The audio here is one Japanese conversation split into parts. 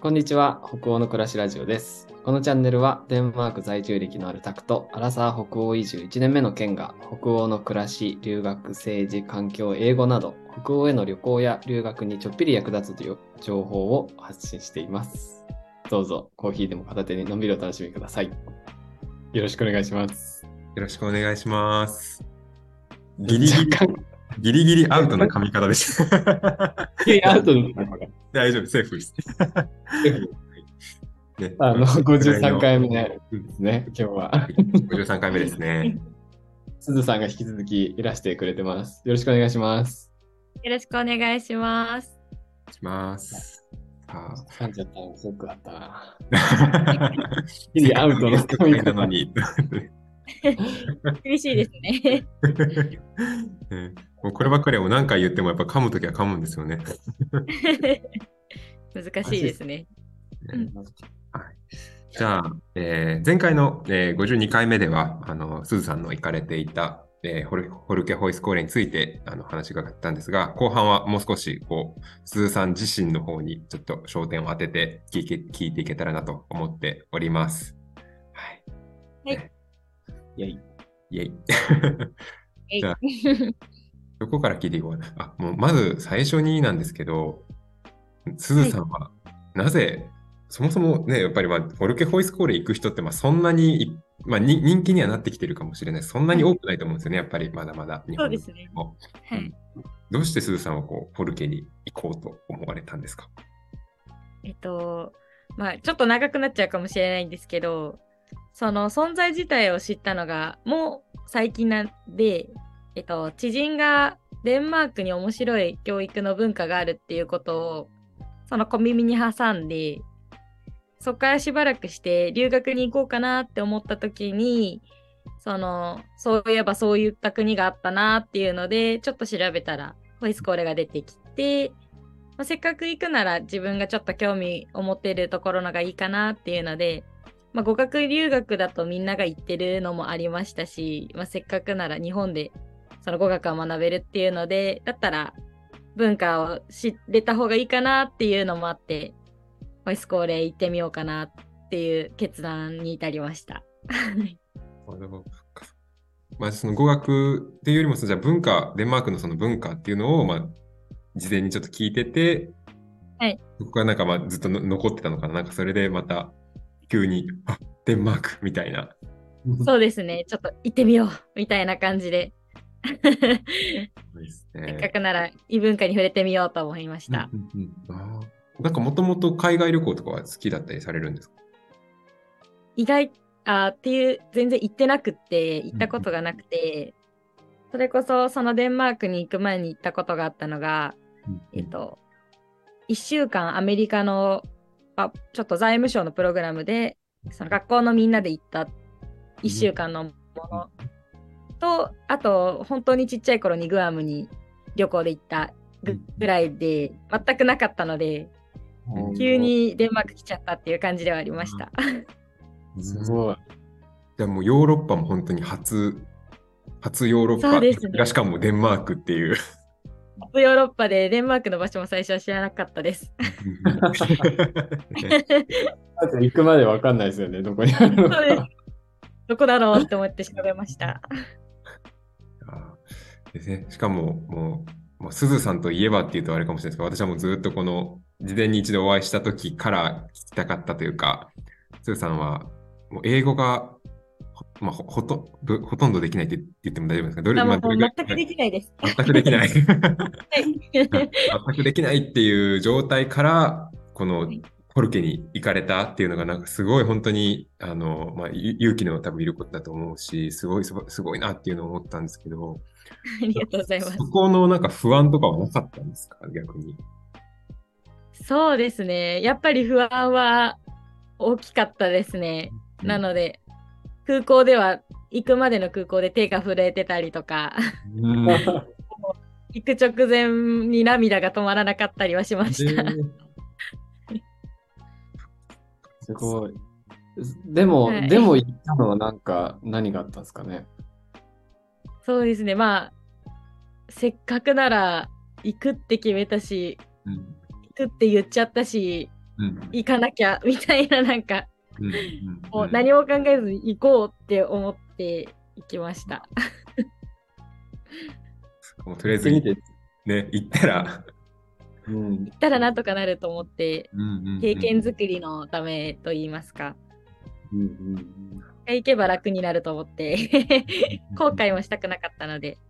こんにちは、北欧の暮らしラジオです。このチャンネルはデンマーク在住歴のあるタクとアラサー北欧移住1年目のケンが北欧の暮らし、留学、政治、環境、英語など北欧への旅行や留学にちょっぴり役立つ情報を発信しています。どうぞコーヒーでも片手にのんびりお楽しみください。よろしくお願いします。 よろしくお願いします。ギリギリアウトな髪型です。 アウトですか？ 大丈夫、セーフです。ね、 53回目ですね、今日は。 53回目ですね。 すずさんが引き続きいらしてくれてます。よろしくお願いします。 よろしくお願いします。 します。 噛んじゃったの、ショックだったな。 ギリアウトの髪なのに。 厳しいですね。 もうこればっかりはもう何回言ってもやっぱ噛むときは噛むんですよね。 難しいですね。 はい、じゃあ、前回の、52回目ではすずさんの行かれていた、ホルケホイスコーレについて話があったんですが、後半はもう少しすずさん自身の方にちょっと焦点を当てて聞いていけたらなと思っております。 はい。 イェイ。 イェイ。じゃあ、どこから聞いていこうかな。もうまず最初になんですけど、すずさんはなぜ、そもそもね、やっぱりフォルケホイスコーレ行く人ってそんなに、人気にはなってきてるかもしれない。そんなに多くないと思うんですよね、やっぱりまだまだ日本でも。 そうですね。はい。 どうしてすずさんはフォルケに行こうと思われたんですか？ ちょっと長くなっちゃうかもしれないんですけど、その存在自体を知ったのがもう最近なんで、知人がデンマークに面白い教育の文化があるっていうことをその小耳に挟んで、そこからしばらくして留学に行こうかなって思った時に、そういえばそういった国があったなっていうので、ちょっと調べたらホイスコーレが出てきて、せっかく行くなら自分がちょっと興味を持っているところのがいいかなっていうので、語学留学だとみんなが行ってるのもありましたし、せっかくなら日本でその語学を学べるっていうので、だったら文化を知れた方がいいかなっていうのもあって、ホイスコーレ行ってみようかなっていう決断に至りました。 その語学っていうよりも、じゃあデンマークのその文化っていうのを、事前にちょっと聞いてて、 はい。 そこがずっと残ってたのかな。それでまた急に、デンマークみたいな。 そうですね。ちょっと行ってみようみたいな感じで。せっかくなら異文化に触れてみようと思いました。 もともと海外旅行とかは好きだったりされるんですか？ 意外っていう全然行ってなくって行ったことがなくて、それこそそのデンマークに行く前に行ったことがあったのが、1週間アメリカのちょっと財務省のプログラムでその学校のみんなで行った1週間のものと、あと本当にちっちゃい頃にグアムに旅行で行ったぐらいで全くなかったので、急にデンマーク来ちゃったっていう感じではありました。 すごい。 じゃあもうヨーロッパも本当に初ヨーロッパ、 そうですね。 しかもデンマークっていう。 初ヨーロッパでデンマークの場所も最初は知らなかったです。 行くまでわかんないですよね、どこにあるのか。 そうです。どこだろうって思って調べました。 ですね。しかも、もうすずさんといえばっていうとあれかもしれないですけど、私はもうずっとこの事前に一度お会いした時から聞きたかったというか、すずさんはもう英語がほとんどできないって言っても大丈夫ですか？ 全くできないです。 全くできない。全くできないっていう状態から、このホルケに行かれたっていうのが、すごい本当に、勇気の多分いることだと思うし、すごいなっていうのを思ったんですけど、 ありがとうございます。 そこの不安とかはなかったんですか、逆に。 そうですね。やっぱり不安は大きかったですね。なので、空港では、行くまでの空港で手が震えてたりとか、行く直前に涙が止まらなかったりはしました。 すごい。でも行ったのは何があったんですかね。 そうですね。せっかくなら行くって決めたし、行くって言っちゃったし、 行かなきゃみたいな、なんかもう何も考えずに行こうって思って行きました。 もうとりあえず行ってみて。 ね、行ったら行ったらなんとかなると思って、経験作りのためと言いますか。行けば楽になると思って後悔もしたくなかったので、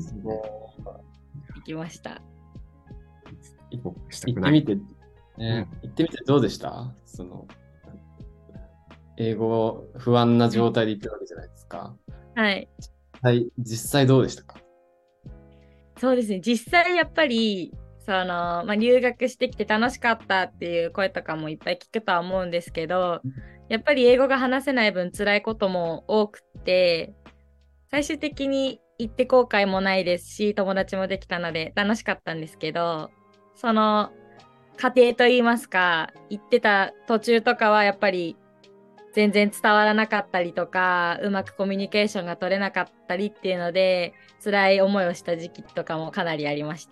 行きました。 行ってみて、行ってみてどうでした？その英語不安な状態で行ってるわけじゃないですか。 はい。 実際どうでしたか？ そうですね。実際やっぱり留学してきて楽しかったっていう声とかもいっぱい聞くとは思うんですけど、やっぱり英語が話せない分辛いことも多くて、最終的に行って後悔もないですし、友達もできたので楽しかったんですけど、その過程といいますか、行ってた途中とかはやっぱり全然伝わらなかったりとか、うまくコミュニケーションが取れなかったりっていうので、辛い思いをした時期とかもかなりありました。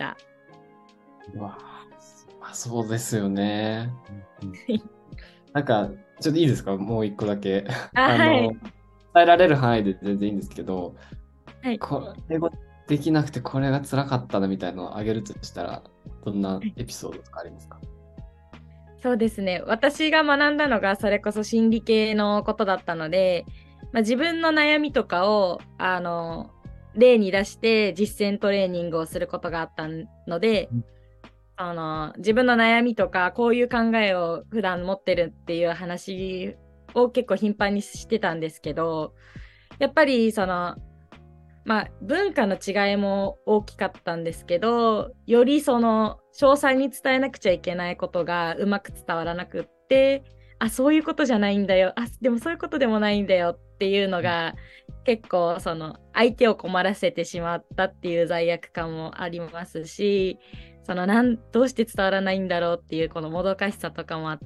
そうですよね。なんか、ちょっといいですか？もう一個だけ。 はい。 伝えられる範囲で全然いいんですけど、 はい、 英語できなくてこれが辛かったなみたいなのをあげるとしたら、どんなエピソードとかありますか？ そうですね。私が学んだのがそれこそ心理系のことだったので、自分の悩みとかを例に出して実践トレーニングをすることがあったので、自分の悩みとかこういう考えを普段持ってるっていう話を結構頻繁にしてたんですけど、やっぱり文化の違いも大きかったんですけど、より詳細に伝えなくちゃいけないことがうまく伝わらなくって、そういうことじゃないんだよ、でもそういうことでもないんだよっていうのが、結構相手を困らせてしまったっていう罪悪感もありますし、どうして伝わらないんだろうっていうこのもどかしさとかもあって、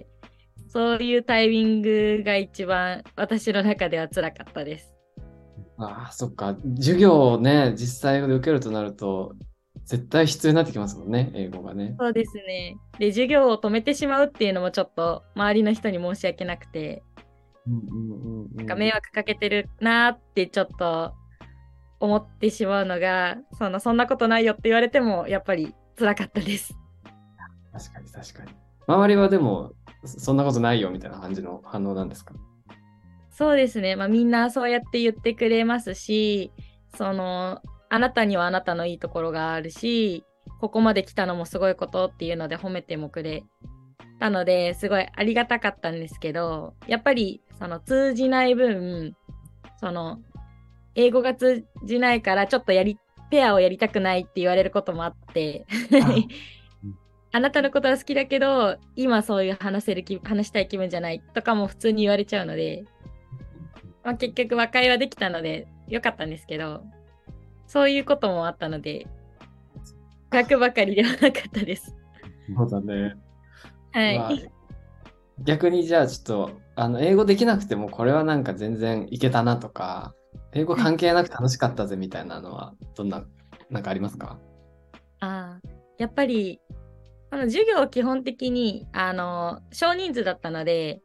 そういうタイミングが一番私の中では辛かったです。 そっか。授業をね、実際で受けるとなると、絶対必要になってきますもんね、英語がね。 そうですね。で、授業を止めてしまうっていうのもちょっと周りの人に申し訳なくて、なんか迷惑かけてるなーってちょっと思ってしまうのが、そんなことないよって言われてもやっぱり辛かったです。 確かに確かに。周りはでも、そんなことないよみたいな感じの反応なんですか？ そうですね。みんなそうやって言ってくれますし、あなたにはあなたのいいところがあるし、ここまで来たのもすごいことっていうので褒めてもくれたので、すごいありがたかったんですけど、やっぱり通じない分、英語が通じないからちょっとペアをやりたくないって言われることもあってあなたのことは好きだけど、今そういう話したい気分じゃないとかも普通に言われちゃうので、結局和解はできたのでよかったんですけど、そういうこともあったので、楽ばかりではなかったです。 そうだね。 はい。 逆にじゃあちょっと、英語できなくてもこれはなんか全然いけたなとか、英語関係なく楽しかったぜみたいなのは、なんかありますか？ やっぱり、授業基本的に、少人数だったので、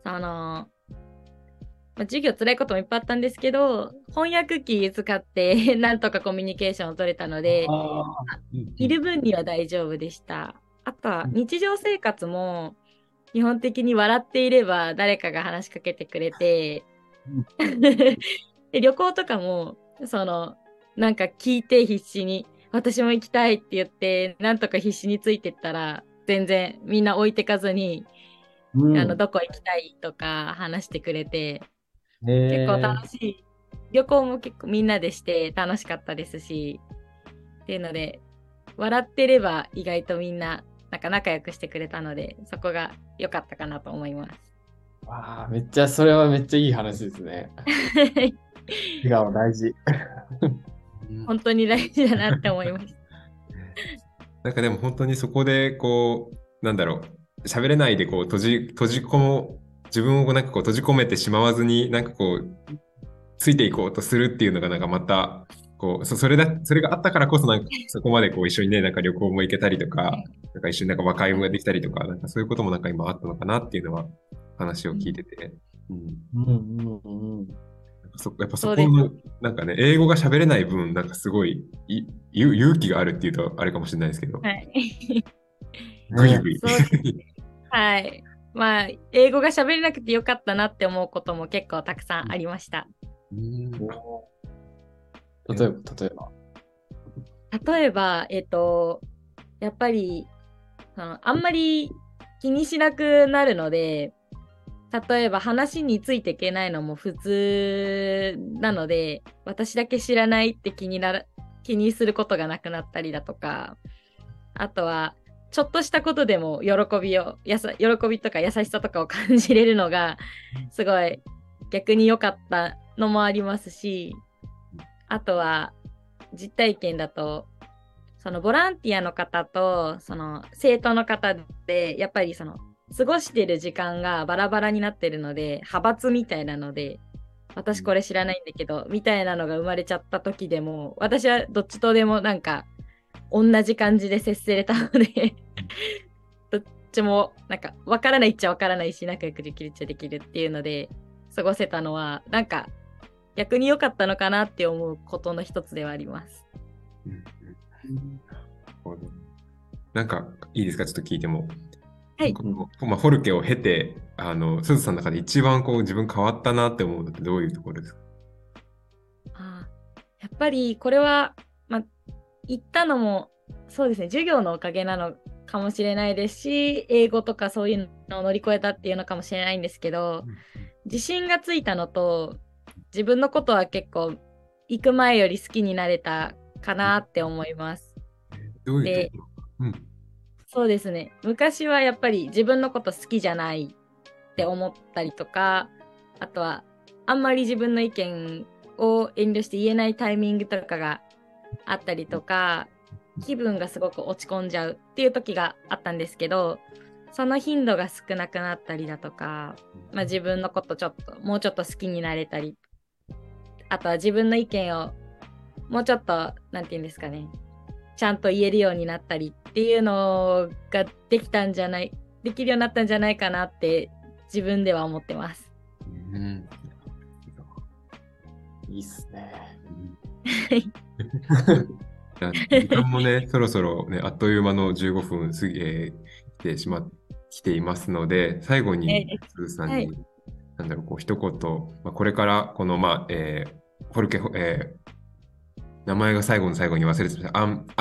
授業辛いこともいっぱいあったんですけど、翻訳機使ってなんとかコミュニケーションを取れたので、いる分には大丈夫でした。あとは日常生活も基本的に笑っていれば誰かが話しかけてくれてで旅行とかもなんか聞いて必死に私も行きたいって言ってなんとか必死についてったら全然みんな置いてかずに、どこ行きたいとか話してくれて結構楽しい。旅行も結構みんなでして楽しかったですし、っていうので、笑ってれば意外とみんな、なんか仲良くしてくれたので、そこが良かったかなと思います。 それはめっちゃいい話ですね。笑顔大事。 本当に大事だなって思いました。 なんかでも本当にそこで喋れないで閉じ自分をなんか閉じ込めてしまわずに、なんかついていこうとするっていうのがなんかまたこう、それがあったからこそ、なんかそこまでこう一緒にね、なんか旅行も行けたりとか、なんか一緒になんか和解もできたりとか、なんかそういうこともなんか今あったのかなっていうのは話を聞いてて、やっぱそそうです。 この、なんかね、英語が喋れない分、なんかすごい勇気があるっていうとあれかもしれないですけど、 はい。 ぐいぐい。 そうですね。はい。まあ、英語が喋れなくてよかったなって思うことも結構たくさんありました。 例えば。 例えば、やっぱり、あんまり気にしなくなるので、例えば話についていけないのも普通なので、私だけ知らないって気にすることがなくなったりだとか、あとは、ちょっとしたことでも喜びとか優しさとかを感じれるのが、すごい逆に良かったのもありますし、あとは、実体験だと、そのボランティアの方と、その生徒の方で、やっぱり過ごしてる時間がバラバラになってるので、派閥みたいなので、私これ知らないんだけど、みたいなのが生まれちゃった時でも、私はどっちとでもなんか、同じ感じで接せれたのでどっちもなんか分からないっちゃ分からないし、仲良くできるっちゃできるっていうので、過ごせたのは、なんか逆に良かったのかなって思うことの一つではあります。 なんかいいですか、ちょっと聞いても。 はい。 まあ、フォルケを経て、すずさんの中で一番こう自分変わったなって思うのってどういうところですか？ やっぱりこれは、まあ、言ったのもそうですね、授業のおかげなのかもしれないですし、英語とかそういうのを乗り越えたっていうのかもしれないんですけど、自信がついたのと、自分のことは結構行く前より好きになれたかなって思います。 どういうで、 ところ？ そうですね、昔はやっぱり自分のこと好きじゃないって思ったりとか、あとはあんまり自分の意見を遠慮して言えないタイミングとかがあったりとか、気分がすごく落ち込んじゃうっていう時があったんですけど、その頻度が少なくなったりだとか、自分のこともうちょっと好きになれたり、あとは自分の意見をもうちょっと、なんて言うんですかね、ちゃんと言えるようになったりっていうのができるようになったんじゃないかなって自分では思ってます。 いいっすね。 時間もね、そろそろね、あっという間の15分来ていますので、最後に、すずさんに、なんだろう、こう、一言、これから、この、フォルケ、名前が最後の最後に忘れてました。アン、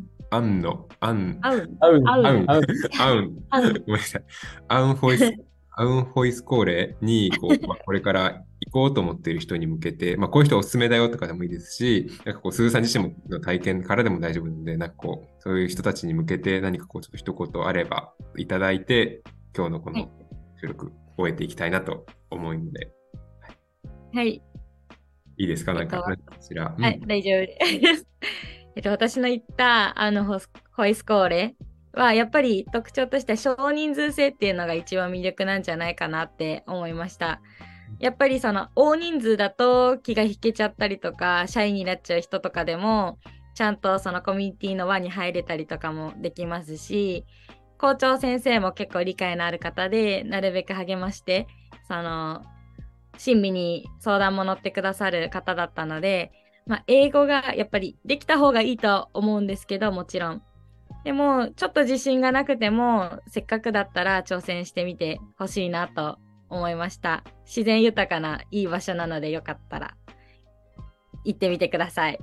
ごめんなさい。アンホイス、アンホイスコーレにこれから行こうと思っている人に向けて、こういう人おすすめだよとかでもいいですし、なんかこう、スーさん自身の体験からでも大丈夫なので、なんかこう、そういう人たちに向けて何かこう、ちょっと一言あればいただいて、今日のこの収録終えていきたいなと思うので。 はい。 いいですか、なんか、こちら。 はい、大丈夫です。私の言ったホイスコーレはやっぱり特徴としては少人数制っていうのが一番魅力なんじゃないかなって思いました。やっぱり大人数だと気が引けちゃったりとかシャイになっちゃう人とかでもちゃんとそのコミュニティの輪に入れたりとかもできますし、校長先生も結構理解のある方でなるべく励まして親身に相談も乗ってくださる方だったので、英語がやっぱりできた方がいいと思うんですけど、もちろん。でも、ちょっと自信がなくても、せっかくだったら挑戦してみてほしいなと思いました。自然豊かないい場所なので、よかったら行ってみてください。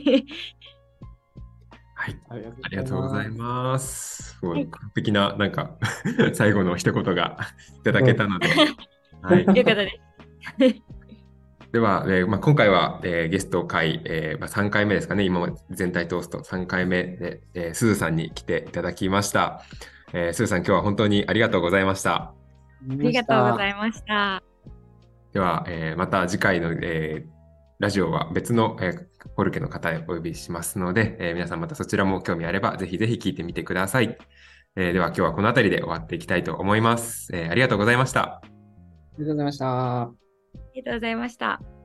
はい、ありがとうございます。すごい完璧な、なんか最後の一言がいただけたので、 はい、よかったです。 では、今回は、ゲスト会、3回目ですかね、今まで全体通すと3回目で、すずさんに来ていただきました。すずさん、今日は本当にありがとうございました。 ありがとうございました。 では、また次回の、ラジオは別の、フォルケの方へお呼びしますので、皆さんまたそちらも興味あれば、ぜひぜひ聞いてみてください。では、今日はこの辺りで終わっていきたいと思います。ありがとうございました。 ありがとうございました。 ありがとうございました。